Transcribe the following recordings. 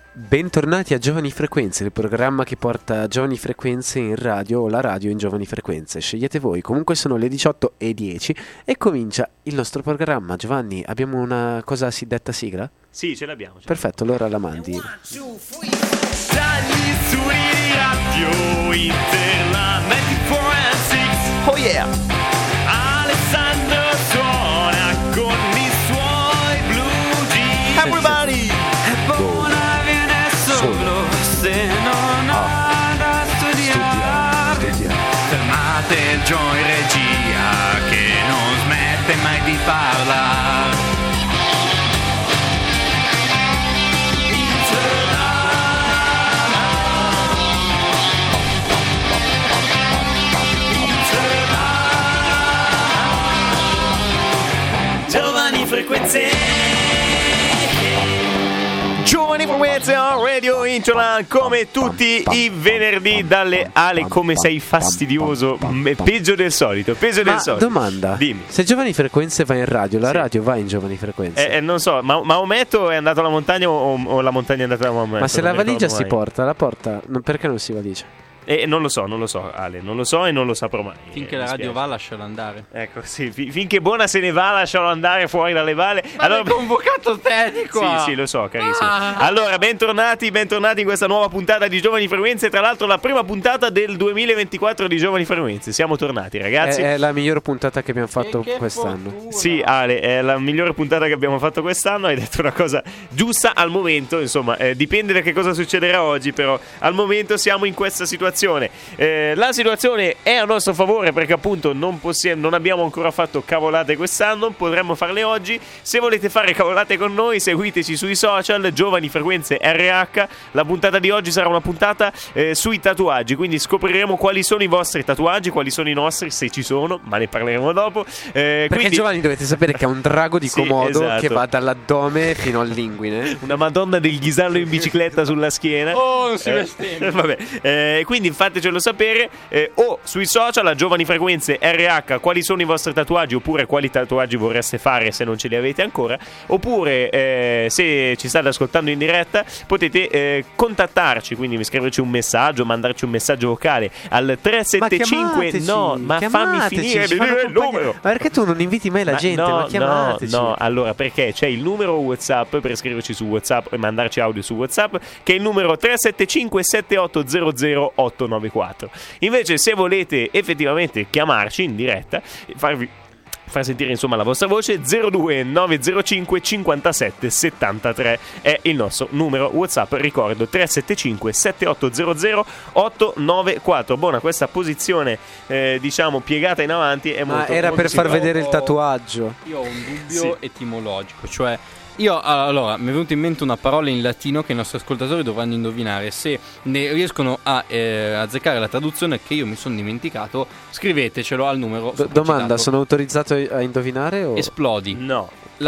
Bentornati a Giovani Frequenze, il programma che porta Giovani Frequenze in radio o la radio in Giovani Frequenze. Scegliete voi. Comunque sono le 18:10 e comincia il nostro programma. Giovanni, abbiamo una cosa detta sigla? Sì, ce l'abbiamo. Perfetto, allora la mandi. Dagli studi di radio Interland 94.6. Oh yeah! Alessandro suona con i suoi blue jeans. Everybody! Buona viene solo se non ha da studiare. Fermate il Joe in regia che non smette mai di parlare. Giovani Frequenze. Giovani Frequenze on Radio Interland, come tutti i venerdì dalle Ale. Come sei fastidioso, peggio del solito, peggio del solito. Domanda, dimmi. Se Giovani Frequenze va in radio, la radio va in Giovani Frequenze? Non so, Maometto è andato alla montagna o la montagna è andata a Maometto? Ma se la valigia si porta la porta, perché non si valigia? Non lo so Ale, non lo so e non lo saprò mai. Finché la radio va, lascialo andare. Ecco, sì, finché buona se ne va, lascialo andare fuori dalle valle. Ma allora, hai convocato te di qua. Sì, lo so, carissimo. Allora, bentornati in questa nuova puntata di Giovani Frequenze. Tra l'altro la prima puntata del 2024 di Giovani Frequenze. Siamo tornati, ragazzi. È la migliore puntata che abbiamo fatto quest'anno. Fortuna. Sì, Ale, è la migliore puntata che abbiamo fatto quest'anno. Hai detto una cosa giusta al momento. Insomma, dipende da che cosa succederà oggi, però al momento siamo in questa situazione. La situazione è a nostro favore perché appunto non abbiamo ancora fatto cavolate quest'anno, potremmo farle oggi. Se volete fare cavolate con noi, seguiteci sui social, Giovani Frequenze RH. La puntata di oggi sarà una puntata sui tatuaggi, quindi scopriremo quali sono i vostri tatuaggi, quali sono i nostri, se ci sono, ma ne parleremo dopo. Perché quindi... Giovanni, dovete sapere che è un drago di Komodo, esatto, che va dall'addome fino all'inguine. Una madonna del ghisallo in bicicletta sulla schiena. Oh, non si veste. Vabbè, quindi fatecelo sapere o sui social a Giovani Frequenze RH quali sono i vostri tatuaggi, oppure quali tatuaggi vorreste fare se non ce li avete ancora, oppure se ci state ascoltando in diretta potete contattarci, quindi scriverci un messaggio, mandarci un messaggio vocale al 375. Ma fammi finire di dire il numero. Ma perché tu non inviti mai la gente? Ma chiamateci. No, allora perché c'è il numero WhatsApp per scriverci su WhatsApp e mandarci audio su WhatsApp, che è il numero 375 7800 894. Invece se volete effettivamente chiamarci in diretta, far sentire insomma la vostra voce, 02 905 57 73 è il nostro numero WhatsApp, ricordo 375 7800 894. Buona questa posizione diciamo piegata in avanti è molto. Ma era molto per far vedere il tatuaggio. Io ho un dubbio etimologico, cioè allora mi è venuta in mente una parola in latino che i nostri ascoltatori dovranno indovinare. Se ne riescono a azzeccare la traduzione, che io mi sono dimenticato, scrivetecelo al numero domanda, sono autorizzato a indovinare o... Esplodi. No.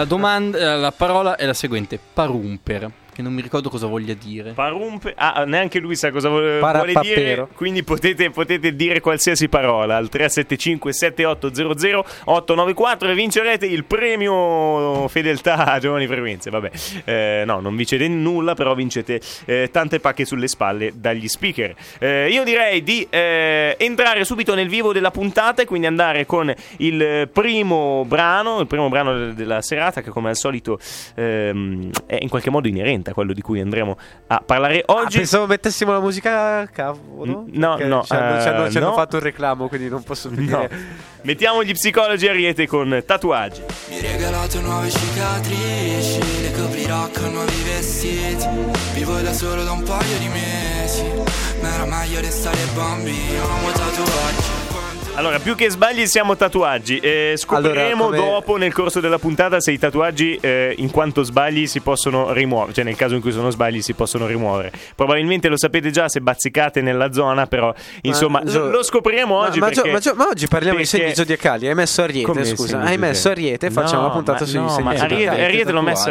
La parola è la seguente: parumper, che non mi ricordo cosa voglia dire. Neanche lui sa cosa vuole dire, quindi potete dire qualsiasi parola al 375 7800 894 e vincerete il premio fedeltà a Giovani Frequenze. Vabbè, no, non vincete nulla, però vincete tante pacche sulle spalle dagli speaker. Io direi di entrare subito nel vivo della puntata e quindi andare con il primo brano della serata, che come al solito è in qualche modo inerente a quello di cui andremo a parlare oggi. Pensavo mettessimo la musica, cavolo. No, ci hanno fatto un reclamo, quindi non posso più dire. Mettiamo gli psicologi Ariete con Tatuaggi. Mi hai regalato nuove cicatrici, le coprirò con nuovi vestiti. Vivo da solo da un paio di mesi, ma era meglio restare bambino. Amo tatuaggi. Allora, più che sbagli siamo tatuaggi. Scopriremo dopo nel corso della puntata se i tatuaggi in quanto sbagli si possono rimuovere, cioè nel caso in cui sono sbagli si possono rimuovere. Probabilmente lo sapete già se bazzicate nella zona, però insomma lo scopriremo oggi. Ma oggi parliamo di segni zodiacali. Hai messo Ariete, scusa. Hai messo Ariete e facciamo la puntata sui segni zodiacali. Ariete l'ho messa.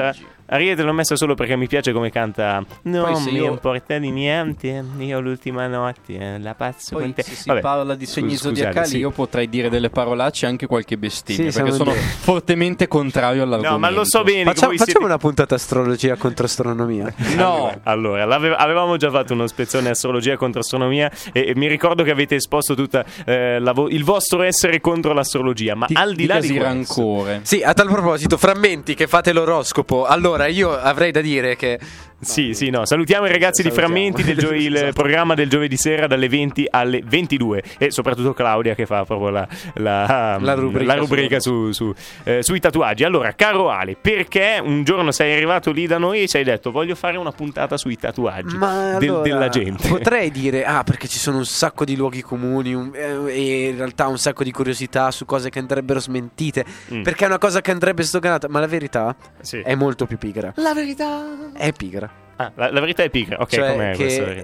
Ariete l'ho messa solo perché mi piace come canta. Non mi importa di niente, io l'ultima notte la passo con te. Se si parla di segni zodiacali, io potrei dire delle parolacce, anche qualche bestemmia, perché sono fortemente contrario all'argomento. No, ma lo so bene. Facciamo una puntata astrologia contro astronomia. No, allora avevamo già fatto uno spezzone astrologia contro astronomia e mi ricordo che avete esposto tutta il vostro essere contro l'astrologia, ma al di là di rancore. Sì, a tal proposito, frammenti che fate l'oroscopo. Allora, io avrei da dire che Sì, no, salutiamo i ragazzi di Frammenti, il programma del giovedì sera dalle 20 alle 22 e soprattutto Claudia che fa proprio la rubrica sui tatuaggi. Allora, caro Ale, perché un giorno sei arrivato lì da noi e ci hai detto voglio fare una puntata sui tatuaggi della gente? Potrei dire perché ci sono un sacco di luoghi comuni e in realtà un sacco di curiosità su cose che andrebbero smentite, perché è una cosa che andrebbe stoganata, ma la verità è molto più pigra. La verità è pigra. La verità è pigra, ok, cioè, com'è che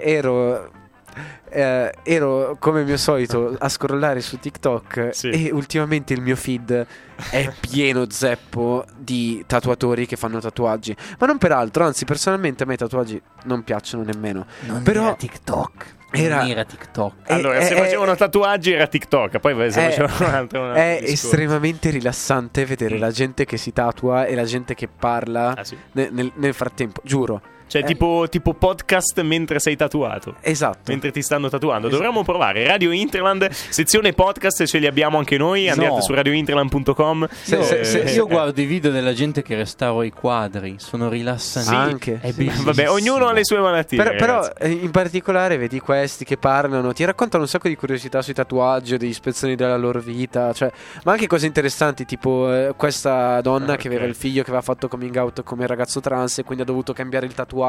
ero come mio solito a scrollare su TikTok e ultimamente il mio feed è pieno zeppo di tatuatori che fanno tatuaggi, ma non per altro, anzi personalmente a me i tatuaggi non piacciono nemmeno. Però era TikTok. Era TikTok. Allora, se facevano tatuaggi era TikTok, poi se facevano altro è estremamente rilassante vedere la gente che si tatua e la gente che parla nel frattempo, giuro. Cioè tipo podcast mentre sei tatuato. Esatto. Mentre ti stanno tatuando. Dovremmo provare Radio Interland, sezione podcast, ce li abbiamo anche noi. Andate su radiointerland.com. Io guardo i video della gente che restaura i quadri, sono rilassanti. Anche. È bellissimo. Vabbè, ognuno ha le sue malattie. Però in particolare vedi questi che parlano, ti raccontano un sacco di curiosità sui tatuaggi o degli spezzoni della loro vita, cioè, ma anche cose interessanti, tipo questa donna che aveva il figlio che aveva fatto coming out come ragazzo trans e quindi ha dovuto cambiare il tatuaggio.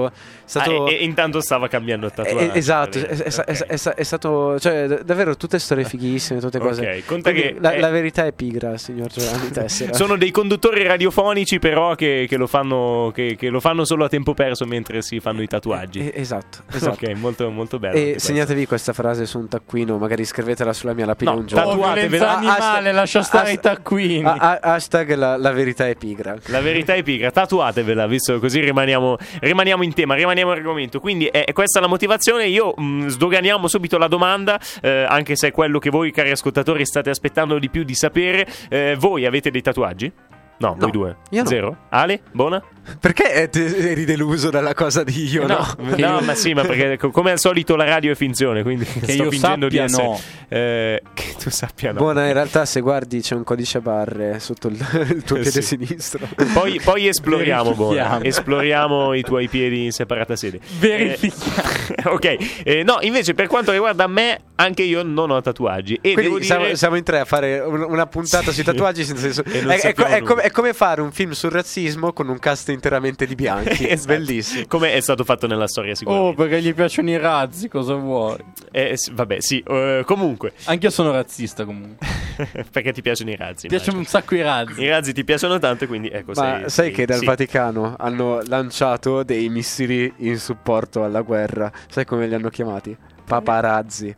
E intanto stava cambiando il tatuaggio. Esatto, è stato, cioè, davvero tutte storie fighissime, tutte cose. Conta che la verità è pigra, signor Giovanni Tessera. Sono dei conduttori radiofonici, però che lo fanno solo a tempo perso mentre si fanno i tatuaggi. Esatto. Ok, molto, molto bello. E segnatevi questa frase su un taccuino, magari scrivetela sulla mia lapide un giorno. Tatuatevela. Animale, lascia stare i taccuini. Hashtag la verità è pigra. La verità è pigra, tatuatevela, visto così rimaniamo in tema, rimaniamo in argomento. Quindi è questa la motivazione. Io sdoganiamo subito la domanda, anche se è quello che voi, cari ascoltatori, state aspettando di più di sapere. Voi avete dei tatuaggi? No, voi due. Io zero. No. Ale? Buona? Perché eri deluso dalla cosa di io? No, ma sì, ma perché come al solito la radio è finzione, quindi che sto io fingendo di essere che tu sappia no. Buona, in realtà se guardi c'è un codice a barre sotto il tuo piede sinistro. Poi esploriamo, Buona. Esploriamo i tuoi piedi in separata sede. Verifichiamo. Ok. No, invece per quanto riguarda me, anche io non ho tatuaggi. E quindi devo dire... siamo in tre a fare una puntata sui tatuaggi senza senso. È come fare un film sul razzismo con un cast interamente di bianchi. È bellissimo. Come è stato fatto nella storia sicuramente. Perché gli piacciono i razzi, cosa vuoi? Vabbè, sì, comunque. Anche io sono razzista comunque. Perché ti piacciono i razzi? Mi piacciono un sacco i razzi. I razzi ti piacciono tanto, quindi ecco. Ma sai che dal Vaticano hanno lanciato dei missili in supporto alla guerra. Sai come li hanno chiamati? Paparazzi.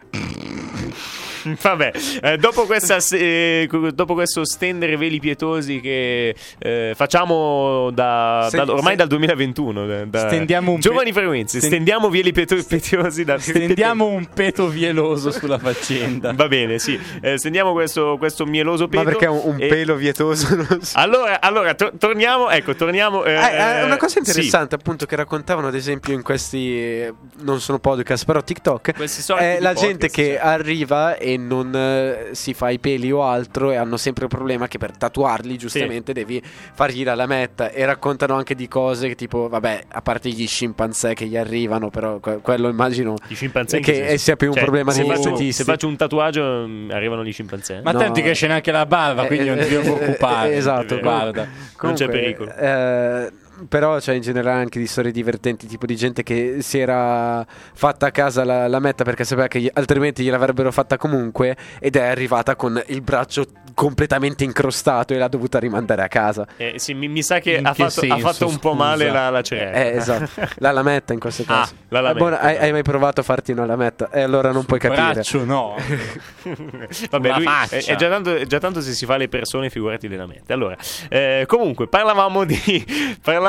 Vabbè, dopo questo stendere veli pietosi che facciamo ormai dal 2021, stendiamo giovani frequenze, stendiamo veli pietosi stendiamo un peto vieloso sulla faccenda. Va bene, sì, stendiamo questo mieloso peto. Ma perché un pelo vietoso? Non so. Allora torniamo. Una cosa interessante, appunto, che raccontavano ad esempio in questi, non sono podcast, però TikTok, è la gente che arriva e non si fa i peli o altro e hanno sempre il problema che per tatuarli giustamente devi fargli la lametta, e raccontano anche di cose che tipo, vabbè, a parte gli scimpanzé che gli arrivano, però quello immagino che sia più un problema di estetisti. Se faccio un tatuaggio arrivano gli scimpanzé. Ma attenti che c'è anche la barba, quindi non ti devo preoccupare. Esatto, guarda, non c'è pericolo. Però c'è in generale anche di storie divertenti, tipo di gente che si era fatta a casa la metta perché sapeva che altrimenti gliel'avrebbero fatta comunque, ed è arrivata con il braccio completamente incrostato e l'ha dovuta rimandare a casa. Sì, mi sa che ha fatto un po' male la ceretta. Esatto. La lametta in questo caso. Buona, hai mai provato a farti una lametta? E allora non puoi capire. Braccio no. Vabbè, lui è già tanto se si fa le persone, figurati le lamette. Allora, comunque parlavamo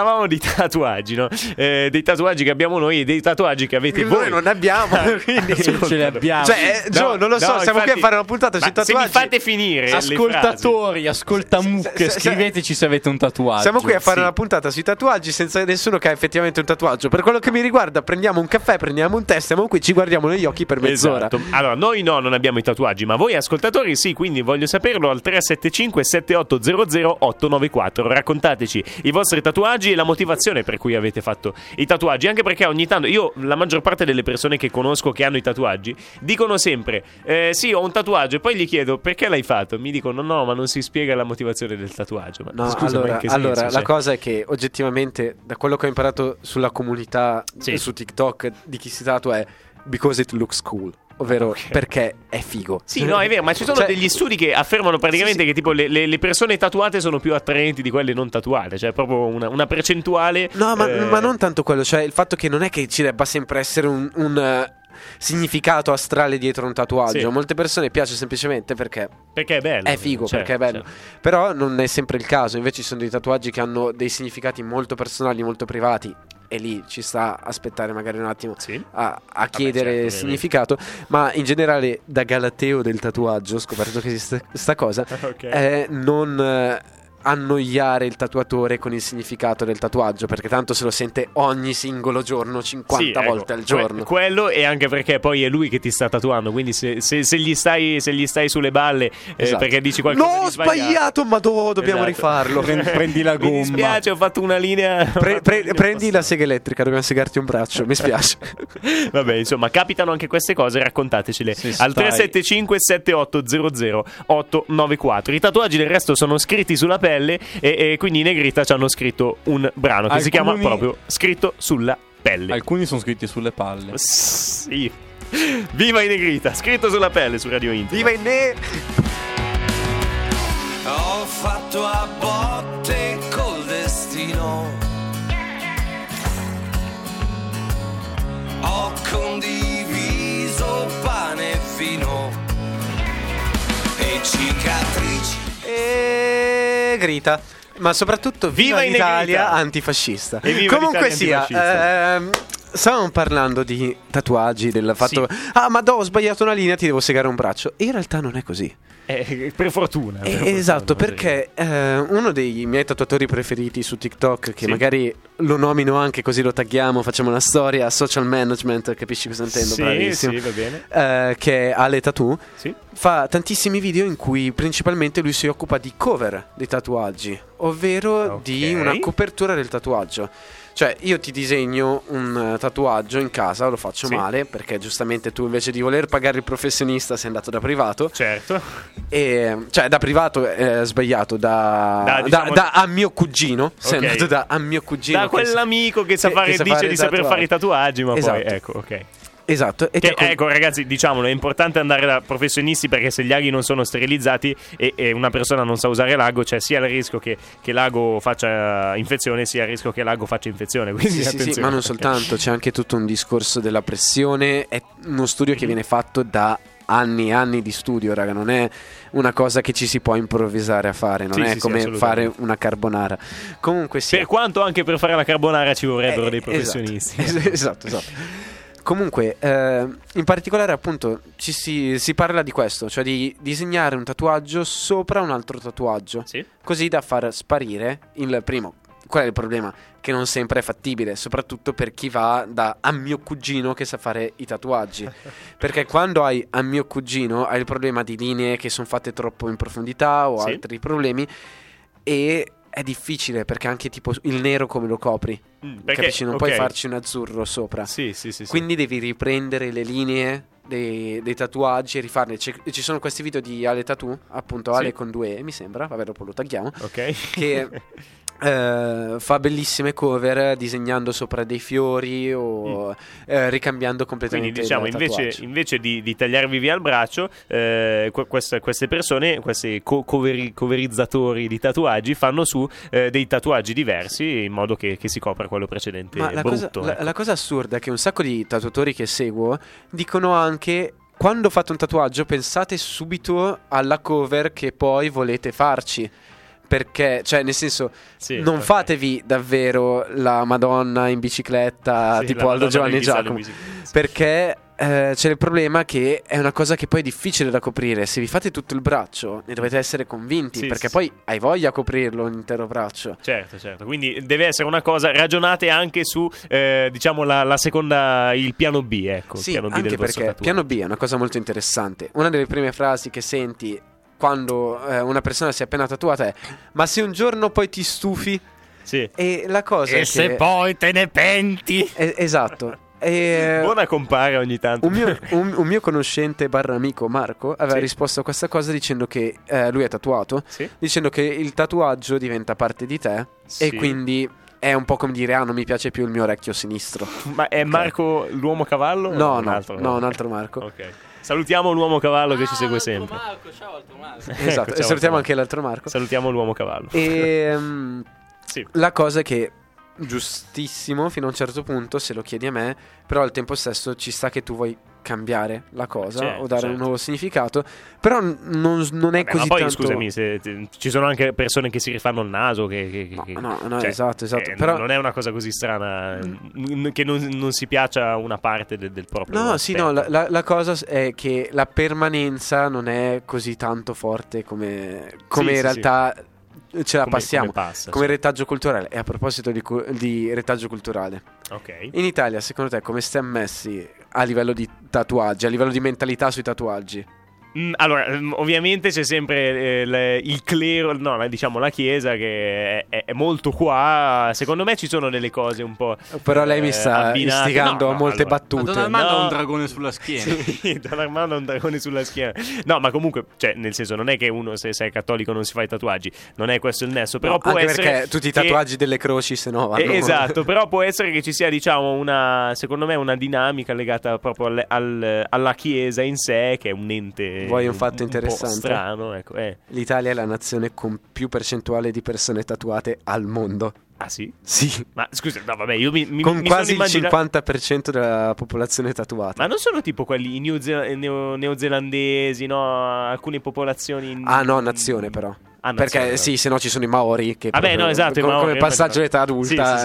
parlavamo di tatuaggi, no? Dei tatuaggi che abbiamo noi e dei tatuaggi che avete voi. Noi non ne abbiamo, quindi ce li abbiamo. Cioè, Gio, non lo so, siamo qui a fare una puntata sui tatuaggi. Se mi fate finire ascoltatori, ascoltamucche, scriveteci se avete un tatuaggio. Siamo qui a fare una puntata sui tatuaggi senza nessuno che ha effettivamente un tatuaggio. Per quello che mi riguarda, prendiamo un caffè, prendiamo un tè, stiamo qui, ci guardiamo negli occhi per mezz'ora. Esatto. Allora, noi no, non abbiamo i tatuaggi, ma voi ascoltatori sì, quindi voglio saperlo al 375 7800 894. Raccontateci i vostri tatuaggi e la motivazione per cui avete fatto i tatuaggi, anche perché ogni tanto la maggior parte delle persone che conosco che hanno i tatuaggi dicono sempre sì, ho un tatuaggio, e poi gli chiedo perché l'hai fatto, mi dicono no, ma non si spiega la motivazione del tatuaggio. Ma no, scusa, allora la cosa è che oggettivamente, da quello che ho imparato sulla comunità su TikTok di chi si tatua, è because it looks cool. Ovvero perché è figo. Sì, no, è vero, ma ci sono degli studi che affermano praticamente che tipo le persone tatuate sono più attraenti di quelle non tatuate. Cioè proprio una percentuale. No, ma non tanto quello. Cioè il fatto che non è che ci debba sempre essere un significato astrale dietro un tatuaggio. Sì. A molte persone piace semplicemente perché è bello. è figo, perché è bello. Però non è sempre il caso. Invece ci sono dei tatuaggi che hanno dei significati molto personali, molto privati, e lì ci sta a aspettare magari un attimo a chiedere significato. Ma in generale, da galateo del tatuaggio, ho scoperto che esiste questa cosa. Non annoiare il tatuatore con il significato del tatuaggio, perché tanto se lo sente ogni singolo giorno 50 volte al giorno. Quello, e anche perché poi è lui che ti sta tatuando, quindi se gli stai sulle balle perché dici qualcosa no, ho sbagliato, ma dobbiamo rifarlo. Prendi la gomma. Mi dispiace, ho fatto una linea. Prendi la sega elettrica, dobbiamo segarti un braccio, mi spiace. Vabbè, insomma, capitano anche queste cose, raccontatecele al 375 7800 894. I tatuaggi del resto sono scritti sulla pelle, e quindi in Negrita ci hanno scritto un brano che si chiama proprio Scritto sulla pelle. Alcuni sono scritti sulle palle. Sì. Viva in Negrita, scritto sulla pelle su Radio Inter. Viva in ne. Ho fatto a botte col destino, ho condiviso pane e vino e cicatrici E grita. Ma soprattutto viva l'Italia antifascista. E viva comunque l'Italia sia stavamo parlando di tatuaggi, del fatto ma ho sbagliato una linea, ti devo segare un braccio. E in realtà non è così. Per fortuna. Esatto, perché uno dei miei tatuatori preferiti su TikTok, che magari lo nomino anche così lo tagghiamo, facciamo una storia, social management, capisci cosa intendo? Bravissimo. Sì, va bene. Che è Ale Tattoo, fa tantissimi video in cui principalmente lui si occupa di cover dei tatuaggi, ovvero di una copertura del tatuaggio. Cioè io ti disegno un tatuaggio in casa, lo faccio male, perché giustamente tu invece di voler pagare il professionista sei andato da privato. Certo. Cioè da privato è sbagliato, da a mio cugino. Sei andato da a mio cugino, da quell'amico che sa fare, dice di saper fare i tatuaggi, ma poi ecco, Esatto. Ecco ragazzi, diciamolo, è importante andare da professionisti, perché se gli aghi non sono sterilizzati e una persona non sa usare l'ago, c'è sia il rischio che l'ago faccia infezione, sia il rischio che l'ago faccia infezione. Quindi sì, ma non soltanto, c'è anche tutto un discorso della pressione. È uno studio che viene fatto da anni e anni di studio, raga, non è una cosa che ci si può improvvisare a fare, non è come fare una carbonara. Comunque per quanto anche per fare la carbonara ci vorrebbero dei professionisti. Esatto. Comunque, in particolare appunto si parla di questo, cioè di disegnare un tatuaggio sopra un altro tatuaggio, così da far sparire il primo. Qual è il problema? Che non sempre è fattibile, soprattutto per chi va da a mio cugino che sa fare i tatuaggi. Perché quando hai a mio cugino hai il problema di linee che sono fatte troppo in profondità o altri problemi, e è difficile perché anche tipo il nero come lo copri, capisci? Non puoi farci un azzurro sopra. Sì. Quindi devi riprendere le linee dei tatuaggi e rifarle. Ci sono questi video di Ale Tattoo, appunto Ale con 2 mi sembra, vabbè dopo lo tagliamo, che fa bellissime cover disegnando sopra dei fiori o ricambiando completamente. Quindi diciamo invece di tagliarvi via il braccio, queste persone, questi coverizzatori di tatuaggi fanno su dei tatuaggi diversi in modo che si copra quello precedente. Ma la cosa assurda è che un sacco di tatuatori che seguo dicono anche: quando fate un tatuaggio pensate subito alla cover che poi volete farci, perché, cioè nel senso, non fatevi davvero la Madonna in bicicletta tipo Aldo, Giovanni e Giacomo, perché c'è il problema che è una cosa che poi è difficile da coprire. Se vi fate tutto il braccio ne dovete essere convinti, perché poi hai voglia a coprirlo l'intero braccio. Certo, quindi deve essere una cosa, ragionate anche su diciamo la seconda, il piano B, ecco. Sì, piano B anche del perché il piano B è una cosa molto interessante. Una delle prime frasi che senti quando una persona si è appena tatuata è: ma se un giorno poi ti stufi? Sì. E la cosa è che se poi te ne penti. Esatto. Buona compare ogni tanto. Un mio conoscente barra amico, Marco, aveva risposto a questa cosa dicendo che lui è tatuato, dicendo che il tatuaggio diventa parte di te e quindi è un po' come dire: non mi piace più il mio orecchio sinistro. Ma è Marco l'uomo cavallo? No, un altro Marco. Ok. Salutiamo l'uomo cavallo che ci segue sempre. Marco, ciao altro Marco. Esatto, Ecco, e salutiamo anche l'altro Marco. Salutiamo l'uomo cavallo. E la cosa è che, giustissimo fino a un certo punto, se lo chiedi a me, però al tempo stesso ci sta che tu vuoi cambiare la cosa o dare un nuovo significato, però non è così ma poi tanto... scusami, ci sono anche persone che si rifanno il naso no, cioè, esatto però non è una cosa così strana che non si piaccia una parte del proprio aspetto. La cosa è che la permanenza non è così tanto forte come in realtà ce la passiamo come retaggio culturale. E a proposito di retaggio culturale, in Italia secondo te come stiamo messi a livello di tatuaggi, a livello di mentalità sui tatuaggi? Allora, ovviamente c'è sempre il clero, no, diciamo la chiesa che è molto qua. Secondo me ci sono delle cose un po'. Però lei mi sta istigando a molte battute. Don Armando ha un dragone sulla schiena. Sì, Don Armando ha un dragone sulla schiena. No, ma comunque, cioè, nel senso, non è che uno, se sei cattolico, non si fa i tatuaggi. Non è questo il nesso. Però può anche essere. Perché tutti i tatuaggi delle croci, se no vanno. Esatto, però può essere che ci sia, diciamo, secondo me, una dinamica legata proprio alla chiesa in sé, che è un ente. Vuoi un fatto interessante? Un po' strano, ecco. L'Italia è la nazione con più percentuale di persone tatuate al mondo. Ah sì? Sì. Ma scusa, no vabbè, io con quasi il 50% della popolazione tatuata. Ma non sono tipo quelli neozelandesi, no? Alcune popolazioni nazione però. Perché sì, se no ci sono i Maori che esatto, come passaggio d'età adulta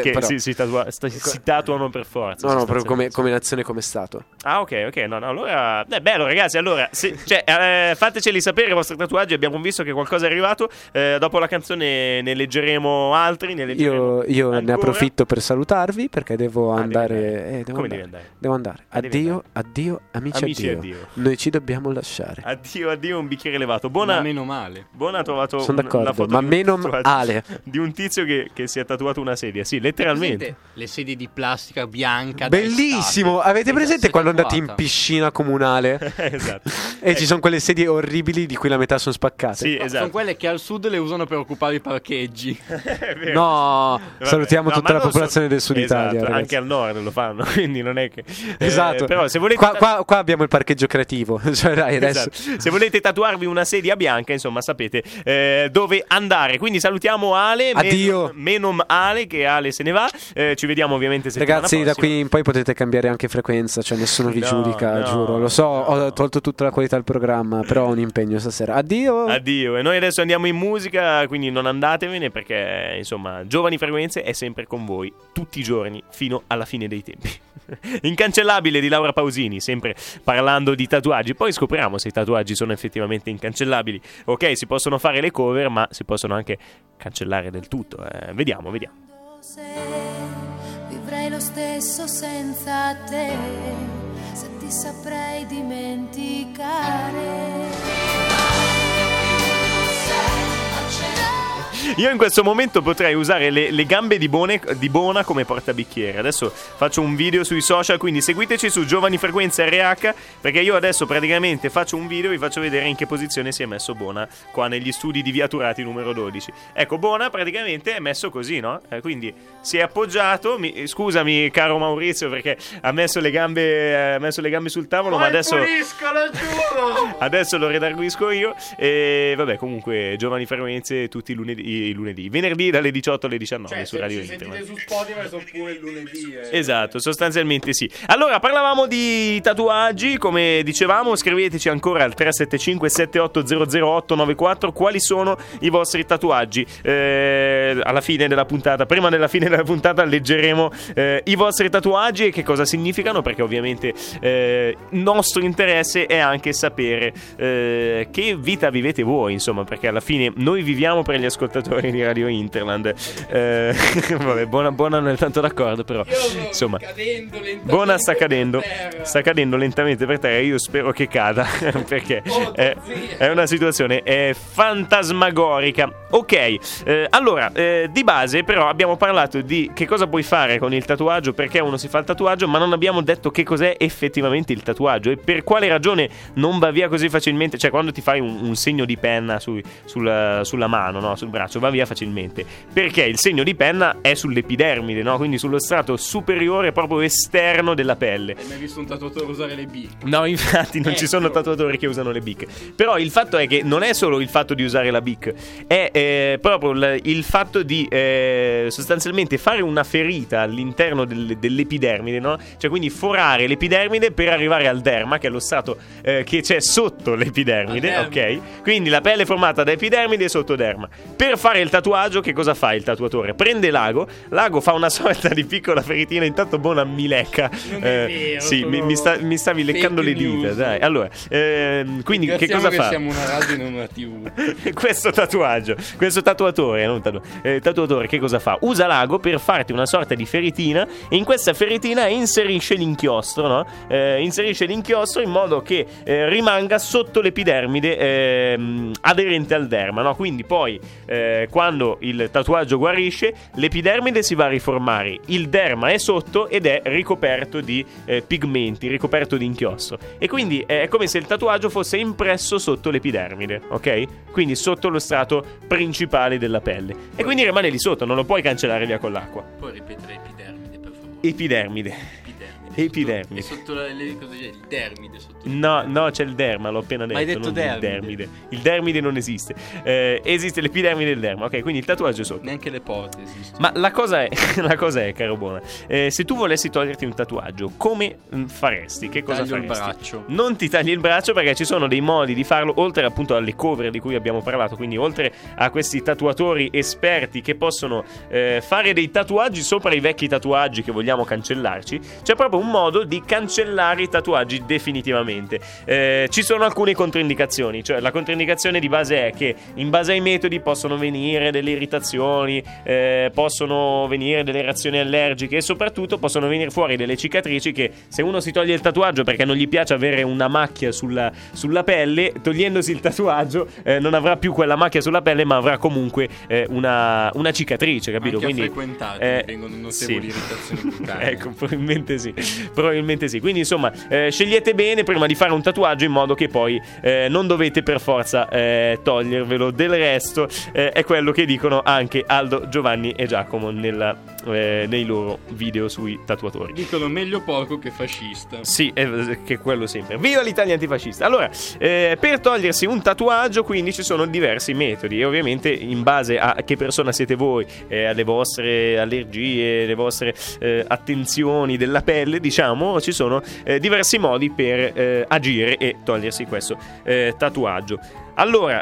si tatuano per forza. No, proprio come nazione, come stato. Ah, ok, no, allora bello ragazzi, allora fateceli sapere i vostri tatuaggi. Abbiamo visto che qualcosa è arrivato. Dopo la canzone ne leggeremo altri. Io ne approfitto per salutarvi perché devo andare. Come devi andare? Devo andare. Addio, amici, addio. Noi ci dobbiamo lasciare. Addio, un bicchiere elevato. Buona, meno male. Buona, sono d'accordo, ma meno male di un tizio che si è tatuato una sedia. Sì, letteralmente. Le sedie di plastica bianca. Bellissimo. Avete presente quando andate in piscina comunale? Esatto. E ci sono quelle sedie orribili di cui la metà sono spaccate. Sì, esatto. Sono quelle che al sud le usano per occupare i parcheggi. No, salutiamo tutta la popolazione del sud Italia. Ragazzi. Anche al nord lo fanno, quindi non è che. Esatto. Però se volete qua abbiamo il parcheggio creativo. Cioè, dai, adesso. Esatto. Se volete tatuarvi una sedia bianca, insomma, sapete dove andare. Quindi salutiamo Ale. Addio. Menom Ale, che Ale se ne va. Ci vediamo ovviamente settimana Ragazzi, prossima. da qui in poi potete cambiare anche frequenza. Cioè nessuno vi giudica, giuro. Lo so, ho tolto tutta la qualità del programma, però ho un impegno stasera. Addio. E noi adesso andiamo in musica, quindi non andatevene, perché insomma Giovani Frequenze è sempre con voi tutti i giorni fino alla fine dei tempi. Incancellabile di Laura Pausini, sempre parlando di tatuaggi. Poi scopriamo se i tatuaggi sono effettivamente incancellabili. Ok, si possono fare le cover, ma si possono anche cancellare del tutto. Vediamo. Se vivrei lo stesso senza te, se ti saprei dimenticare. Io in questo momento potrei usare le gambe di Bona come portabicchiere. Adesso faccio un video sui social, quindi seguiteci su Giovani Frequenze RH, perché io adesso praticamente faccio un video e vi faccio vedere in che posizione si è messo Bona qua negli studi di Via Turati numero 12. Ecco, Bona praticamente è messo così, no? Quindi si è appoggiato. Scusami caro Maurizio, perché ha messo le gambe sul tavolo, ma adesso adesso lo redarguisco io. E vabbè, comunque Giovani Frequenze tutti i lunedì, il lunedì. Venerdì dalle 18 alle 19 su Radio Internet. Sentite su Spotify sono pure il lunedì. Esatto, sostanzialmente sì. Allora, parlavamo di tatuaggi, come dicevamo, scriveteci ancora al 375 7800 894 quali sono i vostri tatuaggi. Alla fine della puntata, prima della fine della puntata, leggeremo i vostri tatuaggi e che cosa significano, perché ovviamente nostro interesse è anche sapere che vita vivete voi, insomma, perché alla fine noi viviamo per gli ascoltatori di Radio Interland. Vabbè, buona non è tanto d'accordo, però insomma, buona sta cadendo lentamente per terra. Io spero che cada perché è una situazione fantasmagorica. Ok, allora di base però abbiamo parlato di che cosa puoi fare con il tatuaggio, perché uno si fa il tatuaggio, ma non abbiamo detto che cos'è effettivamente il tatuaggio e per quale ragione non va via così facilmente. Cioè, quando ti fai un segno di penna sulla mano, no? Sul braccio, va via facilmente perché il segno di penna è sull'epidermide, no? Quindi sullo strato superiore proprio esterno della pelle. Hai mai visto un tatuatore usare le bic? No, infatti non ci sono tatuatori che usano le bic. Però il fatto è che non è solo il fatto di usare la bic, è proprio il fatto di sostanzialmente fare una ferita all'interno dell'epidermide, no? Cioè, quindi forare l'epidermide per arrivare al derma, che è lo strato che c'è sotto l'epidermide, ok? Quindi la pelle è formata da epidermide e sottoderma. Per fare il tatuaggio, che cosa fa il tatuatore? Prende l'ago fa una sorta di piccola feritina. Intanto buona mi lecca. Sì, mi stavi leccando le dita, dai. Allora, quindi che cosa fa? Siamo una radio e non una TV. Questo tatuatore che cosa fa? Usa l'ago per farti una sorta di feritina e in questa feritina inserisce l'inchiostro, no? Inserisce l'inchiostro in modo che rimanga sotto l'epidermide aderente al derma, no? Quindi poi quando il tatuaggio guarisce, l'epidermide si va a riformare, il derma è sotto ed è ricoperto di pigmenti, ricoperto di inchiostro, e quindi è come se il tatuaggio fosse impresso sotto l'epidermide, ok? Quindi sotto lo strato principale della pelle, e quindi rimane lì sotto, non lo puoi cancellare via con l'acqua. Puoi ripetere epidermide, per favore? Epidermide. E sotto cosa c'è? Il dermide sotto. No, c'è il derma, l'ho appena detto. Ma hai detto dermide. Il dermide non esiste. Esiste l'epidermide e il derma. Ok, quindi il tatuaggio è sotto. Neanche le porte esistono. Ma la cosa è, caro buona, se tu volessi toglierti un tatuaggio, come faresti? Che cosa faresti? Il braccio. Non ti tagli il braccio, perché ci sono dei modi di farlo, oltre appunto alle cover di cui abbiamo parlato. Quindi oltre a questi tatuatori esperti che possono fare dei tatuaggi sopra i vecchi tatuaggi che vogliamo cancellarci, c'è proprio un modo di cancellare i tatuaggi definitivamente. Ci sono alcune controindicazioni, cioè la controindicazione di base è che in base ai metodi possono venire delle irritazioni, possono venire delle reazioni allergiche e soprattutto possono venire fuori delle cicatrici che, se uno si toglie il tatuaggio perché non gli piace avere una macchia sulla pelle, togliendosi il tatuaggio non avrà più quella macchia sulla pelle, ma avrà comunque una cicatrice, capito? Anche quindi vengono notevoli irritazioni cutanee. Ecco, probabilmente sì. Quindi insomma, scegliete bene prima di fare un tatuaggio, in modo che poi non dovete per forza togliervelo. Del resto è quello che dicono anche Aldo, Giovanni e Giacomo nei loro video sui tatuatori. Dicono meglio poco che fascista. Sì, che quello sempre. Viva l'Italia antifascista. Allora, per togliersi un tatuaggio quindi ci sono diversi metodi, e ovviamente in base a che persona siete voi, alle vostre allergie, le vostre attenzioni della pelle, diciamo, ci sono diversi modi per agire e togliersi questo tatuaggio. Allora,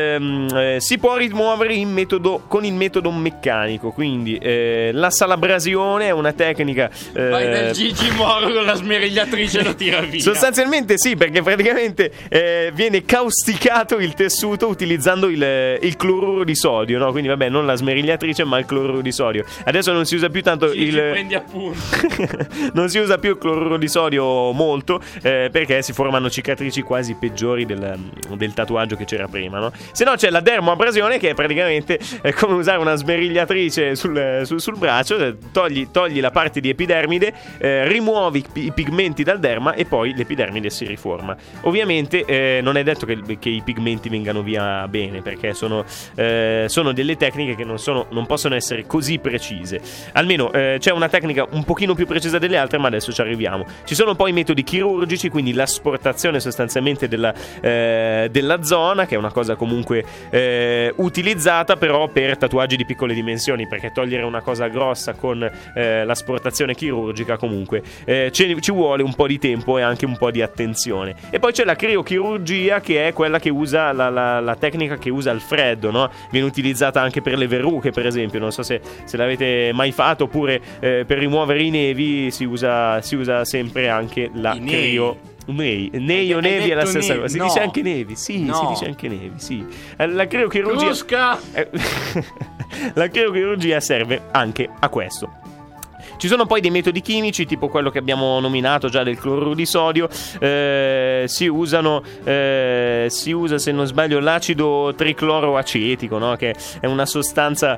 si può rimuovere con il metodo meccanico, quindi la salabrasione è una tecnica. Vai dal Gigi Moro con la smerigliatrice e lo tira via. Sostanzialmente sì, perché praticamente viene causticato il tessuto utilizzando il cloruro di sodio, no? Quindi vabbè, non la smerigliatrice ma il cloruro di sodio. Adesso non si usa più tanto prendi appunto. Non si usa più il cloruro di sodio molto, perché si formano cicatrici quasi peggiori del tatuaggio che c'era prima, no? Se no c'è la dermoabrasione, che è praticamente come usare una smerigliatrice sul braccio. Togli la parte di epidermide, rimuovi i pigmenti dal derma e poi l'epidermide si riforma. Ovviamente non è detto che i pigmenti vengano via bene, perché sono delle tecniche che non possono essere così precise. Almeno c'è una tecnica un pochino più precisa delle altre, ma adesso ci arriviamo. Ci sono poi metodi chirurgici, quindi l'asportazione sostanzialmente della zona, zona, che è una cosa comunque utilizzata però per tatuaggi di piccole dimensioni, perché togliere una cosa grossa con l'asportazione chirurgica comunque ci vuole un po' di tempo e anche un po' di attenzione. E poi c'è la criochirurgia, che è quella che usa la tecnica che usa il freddo, no? Viene utilizzata anche per le verruche, per esempio. Non so se l'avete mai fatto, oppure per rimuovere i nevi si usa sempre anche la nevi è la stessa cosa. Si dice anche nevi, sì, si dice anche nevi, sì. La criochirurgia la criochirurgia serve anche a questo. Ci sono poi dei metodi chimici, tipo quello che abbiamo nominato già del cloruro di sodio. Si usa, se non sbaglio, l'acido tricloroacetico, no? Che è una sostanza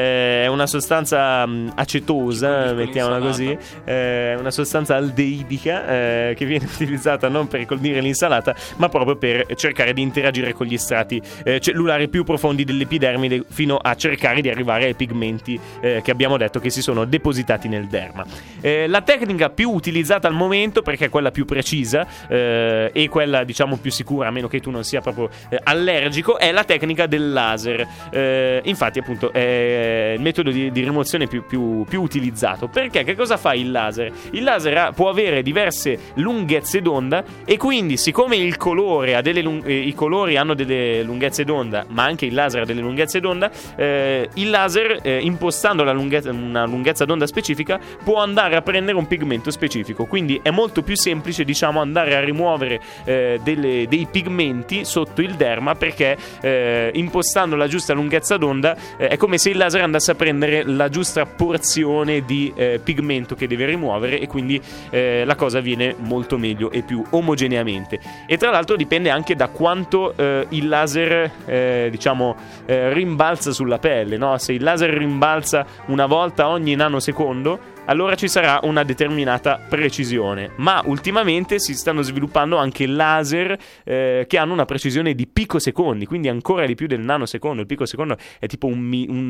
acetosa, mettiamola così, una sostanza aldeidica che viene utilizzata non per condire l'insalata, ma proprio per cercare di interagire con gli strati cellulari più profondi dell'epidermide, fino a cercare di arrivare ai pigmenti che abbiamo detto che si sono depositati nel derma. La tecnica più utilizzata al momento, perché è quella più precisa e quella diciamo più sicura, a meno che tu non sia proprio allergico, è la tecnica del laser. Infatti appunto è il metodo di rimozione più utilizzato. Perché? Che cosa fa il laser? Il laser può avere diverse lunghezze d'onda, e quindi siccome i colori hanno delle lunghezze d'onda, ma anche il laser ha delle lunghezze d'onda, il laser impostando una lunghezza d'onda specifica può andare a prendere un pigmento specifico. Quindi è molto più semplice, diciamo, andare a rimuovere dei pigmenti sotto il derma, perché impostando la giusta lunghezza d'onda è come se il laser andasse a prendere la giusta porzione di pigmento che deve rimuovere, e quindi la cosa avviene molto meglio e più omogeneamente. E tra l'altro dipende anche da quanto il laser rimbalza sulla pelle, no? Se il laser rimbalza una volta ogni nanosecondo, allora ci sarà una determinata precisione. Ma ultimamente si stanno sviluppando anche laser che hanno una precisione di picosecondi, quindi ancora di più del nanosecondo. Il picosecondo è tipo un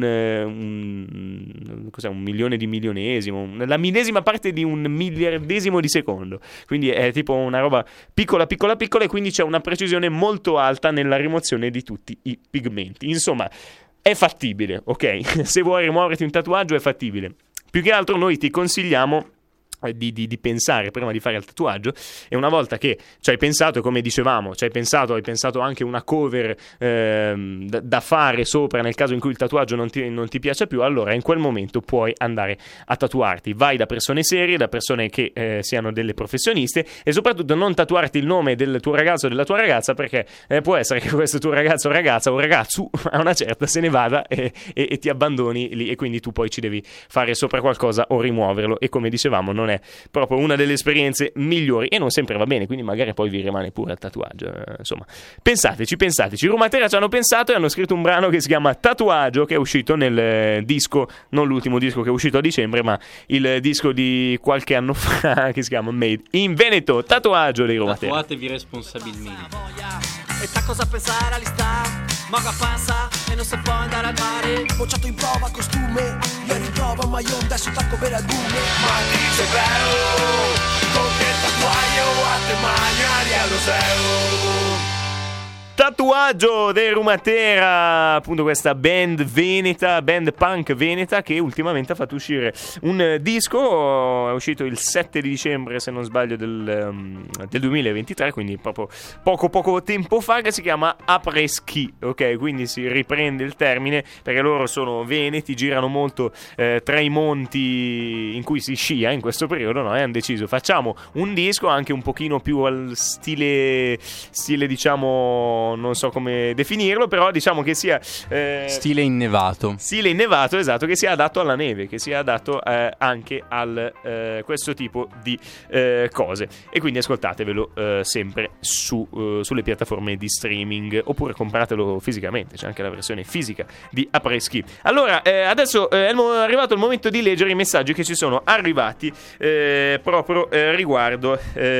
milione di milionesimo, la millesima parte di un miliardesimo di secondo. Quindi è tipo una roba piccola, e quindi c'è una precisione molto alta nella rimozione di tutti i pigmenti. Insomma, è fattibile, ok? Se vuoi rimuoverti un tatuaggio è fattibile. Più che altro noi ti consigliamo di pensare prima di fare il tatuaggio, e una volta che ci hai pensato, come dicevamo, hai pensato anche una cover da fare sopra nel caso in cui il tatuaggio non ti piace più, allora in quel momento puoi andare a tatuarti. Vai da persone serie, da persone che siano delle professioniste, e soprattutto non tatuarti il nome del tuo ragazzo o della tua ragazza, perché può essere che questo tuo ragazzo o ragazza o ragazzo a una certa se ne vada e ti abbandoni lì, e quindi tu poi ci devi fare sopra qualcosa o rimuoverlo, e come dicevamo non è proprio una delle esperienze migliori, e non sempre va bene, quindi magari poi vi rimane pure il tatuaggio. Insomma, pensateci. Rumatera ci hanno pensato e hanno scritto un brano che si chiama Tatuaggio, che è uscito nel disco, non l'ultimo disco che è uscito a dicembre, ma il disco di qualche anno fa, che si chiama Made in Veneto. Tatuaggio dei Rumatera. Tatuatevi responsabilmente. E sa cosa pensare all'istar, Moga passa e non si può andare al mare. Bocciato in prova costume, ieri in prova un maglione, adesso tacco per albume. Ma dice bello, con che tatuaggio a te mani al museo. Tatuaggio dei Rumatera, appunto questa band punk veneta, che ultimamente ha fatto uscire un disco, è uscito il 7 di dicembre se non sbaglio del 2023, quindi proprio poco tempo fa, che si chiama Après Ski, ok? Quindi si riprende il termine, perché loro sono veneti, girano molto tra i monti in cui si scia in questo periodo, no? E hanno deciso, facciamo un disco anche un pochino più al stile diciamo, non so come definirlo, però diciamo che sia stile innevato, esatto, che sia adatto alla neve, che sia adatto anche al questo tipo di cose. E quindi ascoltatevelo sempre sulle piattaforme di streaming, oppure compratelo fisicamente, c'è anche la versione fisica di Après Ski. Allora adesso è arrivato il momento di leggere i messaggi che ci sono arrivati proprio riguardo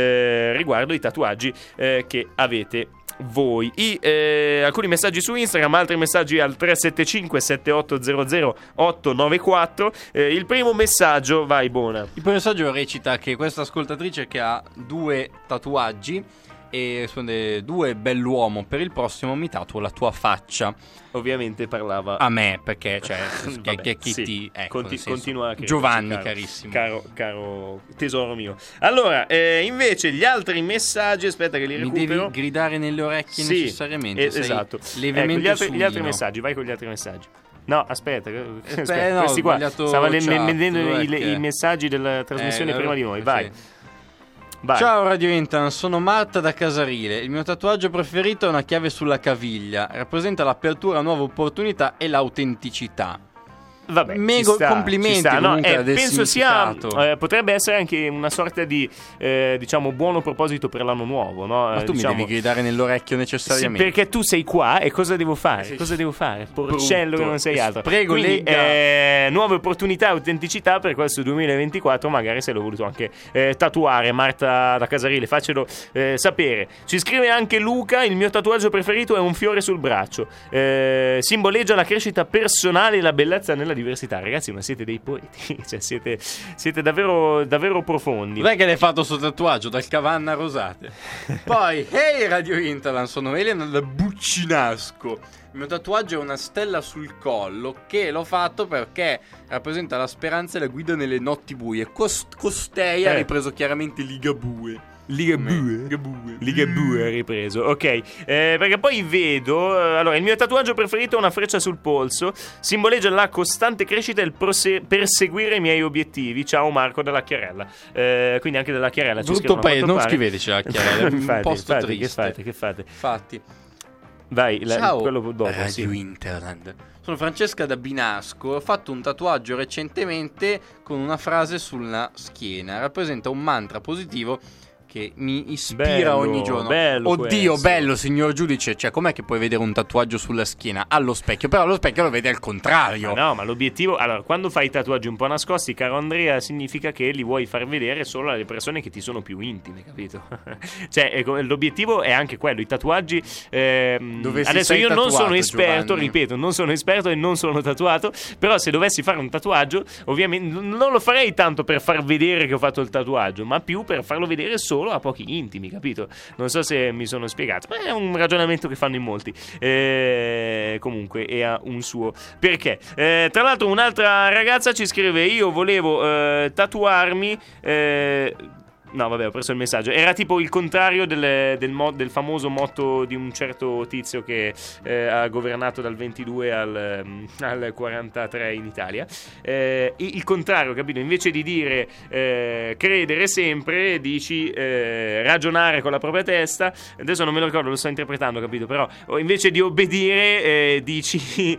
i tatuaggi che avete voi. Alcuni messaggi su Instagram, altri messaggi al 375 7800 894. Il primo messaggio, vai Bona. Il primo messaggio recita che questa ascoltatrice, che ha 2 tatuaggi, E risponde: 2, bell'uomo, per il prossimo mi tatuo la tua faccia. Ovviamente parlava a me, perché vabbè, che chi sì. ti continua a crederci, Giovanni, carissimo, caro tesoro mio. Allora, invece gli altri messaggi, aspetta che li recupero. Devi gridare nelle orecchie necessariamente. Esatto. Gli altri messaggi, vai con gli altri messaggi. No, aspetta, no, questi qua stavano vedendo i messaggi della trasmissione prima di noi. Vai. Sì. Vai. Ciao Radio Intan, sono Marta da Casarile. Il mio tatuaggio preferito è una chiave sulla caviglia. Rappresenta l'apertura a nuove opportunità e l'autenticità. Vabbè, complimenti. No, penso sia potrebbe essere anche una sorta di diciamo buono proposito per l'anno nuovo, no? Ma tu mi devi gridare nell'orecchio necessariamente. Sì, perché tu sei qua e cosa devo fare? Cosa devo fare? Porcello che non sei altro. Prego, quindi nuove opportunità e autenticità per questo 2024. Magari se l'ho voluto anche tatuare. Marta da Casarile, faccelo sapere. Ci scrive anche Luca: il mio tatuaggio preferito è un fiore sul braccio, simboleggia la crescita personale e la bellezza nella diversità. Ragazzi, ma siete dei poeti, cioè siete davvero davvero profondi. Dov'è che l'hai fatto sto tatuaggio? Dal Cavanna Rosate. Poi, hey Radio Interland, sono Elena da Buccinasco. Il mio tatuaggio è una stella sul collo, che l'ho fatto perché rappresenta la speranza e la guida nelle notti buie. Costei ha ripreso chiaramente Ligabue ha ripreso, ok. Perché poi vedo allora, il mio tatuaggio preferito è una freccia sul polso, simboleggia la costante crescita e il perseguire i miei obiettivi. Ciao Marco della Chiarella. Quindi anche della Chiarella ci brutto paese, non scriveteci la Chiarella. Un posto triste. Che fate? Infatti. Vai, ciao quello dopo, Radio Interland. Sono Francesca da Binasco. Ho fatto un tatuaggio recentemente con una frase sulla schiena. Rappresenta un mantra positivo che mi ispira ogni giorno. Oddio, bello, signor giudice. Cioè, com'è che puoi vedere un tatuaggio sulla schiena allo specchio? Però allo specchio lo vede al contrario. Ma l'obiettivo, allora, quando fai i tatuaggi un po' nascosti, caro Andrea, significa che li vuoi far vedere solo alle persone che ti sono più intime, capito? Cioè, l'obiettivo è anche quello. I tatuaggi adesso io non sono esperto, Giovanni. Ripeto, non sono esperto e non sono tatuato. Però se dovessi fare un tatuaggio, ovviamente non lo farei tanto per far vedere che ho fatto il tatuaggio, ma più per farlo vedere solo a pochi intimi, capito? Non so se mi sono spiegato, ma è un ragionamento che fanno in molti. Comunque e ha un suo perché. Tra l'altro un'altra ragazza ci scrive: io volevo tatuarmi no, vabbè, ho preso il messaggio. Era tipo il contrario del famoso motto di un certo tizio che ha governato dal 22 al 43 in Italia. Il contrario, capito? Invece di dire credere sempre, dici ragionare con la propria testa. Adesso non me lo ricordo, lo sto interpretando, capito? Però invece di obbedire dici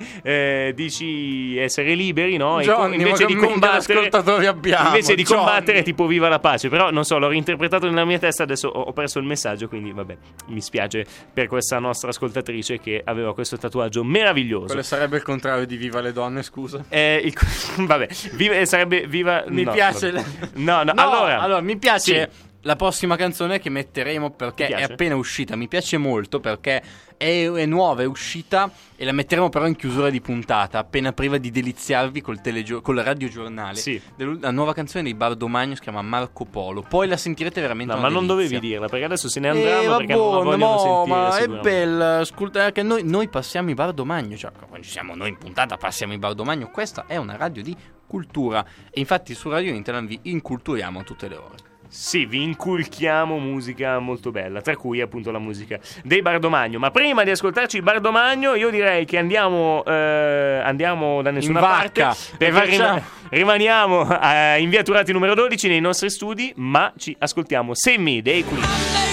essere liberi, no? Johnny, invece di combattere, invece di combattere tipo viva la pace. Però non so, l'ho reinterpretato nella mia testa, adesso ho perso il messaggio, quindi vabbè, mi spiace per questa nostra ascoltatrice che aveva questo tatuaggio meraviglioso. Quello sarebbe il contrario di Viva le donne, scusa. Vabbè, sarebbe viva. Mi piace. No, allora mi piace. Sì. La prossima canzone che metteremo, perché è appena uscita, mi piace molto perché è nuova, è uscita e la metteremo però in chiusura di puntata, appena prima di deliziarvi col radiogiornale. Sì. La nuova canzone dei Bardomagno si chiama Marco Polo. Poi la sentirete veramente una delizia. Ma non dovevi dirla, perché adesso se ne andranno perché non la vogliono sentire. Ma è bella, ascolta, che noi passiamo i Bardomagno, cioè quando ci siamo noi in puntata passiamo i Bardomagno. Questa è una radio di cultura e infatti su Radio Internet vi inculturiamo tutte le ore. Sì, vi inculchiamo musica molto bella, tra cui appunto la musica dei Bardomagno. Ma prima di ascoltarci il Bardomagno, io direi che andiamo da nessuna parte, perché rimaniamo in via Turati numero 12 nei nostri studi, ma ci ascoltiamo Save Me dei Queen.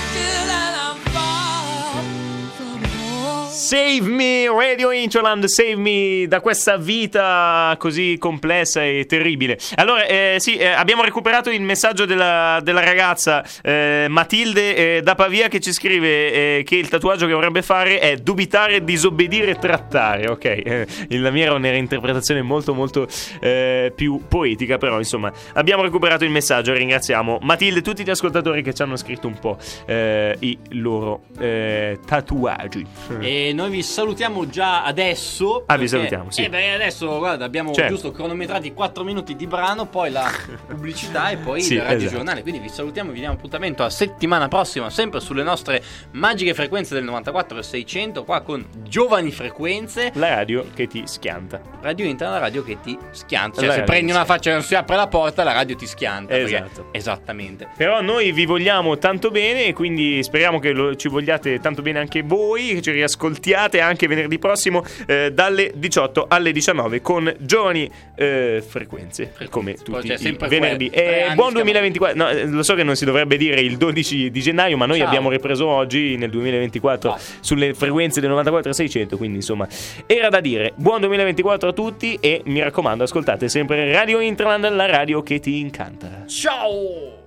Save me, Radio Interland, save me da questa vita così complessa e terribile. Allora, abbiamo recuperato il messaggio della ragazza Matilde da Pavia, che ci scrive che il tatuaggio che vorrebbe fare è dubitare, disobbedire e trattare. Ok, la mia era una interpretazione molto molto più poetica, però insomma abbiamo recuperato il messaggio. Ringraziamo Matilde e tutti gli ascoltatori che ci hanno scritto un po' i loro tatuaggi. E noi vi salutiamo già adesso. Vi salutiamo, sì. Adesso guarda, abbiamo giusto cronometrati 4 minuti di brano, poi la pubblicità e poi il radio giornale. Quindi vi salutiamo, vi diamo appuntamento a settimana prossima, sempre sulle nostre magiche frequenze del 94.600, qua con Giovani Frequenze, la radio che ti schianta. Radio interna, la radio che ti schianta. Cioè, se prendi una faccia e non si apre la porta, la radio ti schianta. Esatto. Esattamente. Però noi vi vogliamo tanto bene e quindi speriamo che ci vogliate tanto bene anche voi, che ci riascoltiate anche venerdì prossimo dalle 18 alle 19 con Giovani Frequenze, come tutti i venerdì. Buon 2024. No, lo so che non si dovrebbe dire il 12 di gennaio, ma noi abbiamo ripreso oggi nel 2024 sulle frequenze del 94.600, quindi insomma era da dire. Buon 2024 a tutti e mi raccomando, ascoltate sempre Radio Interland, la radio che ti incanta. Ciao!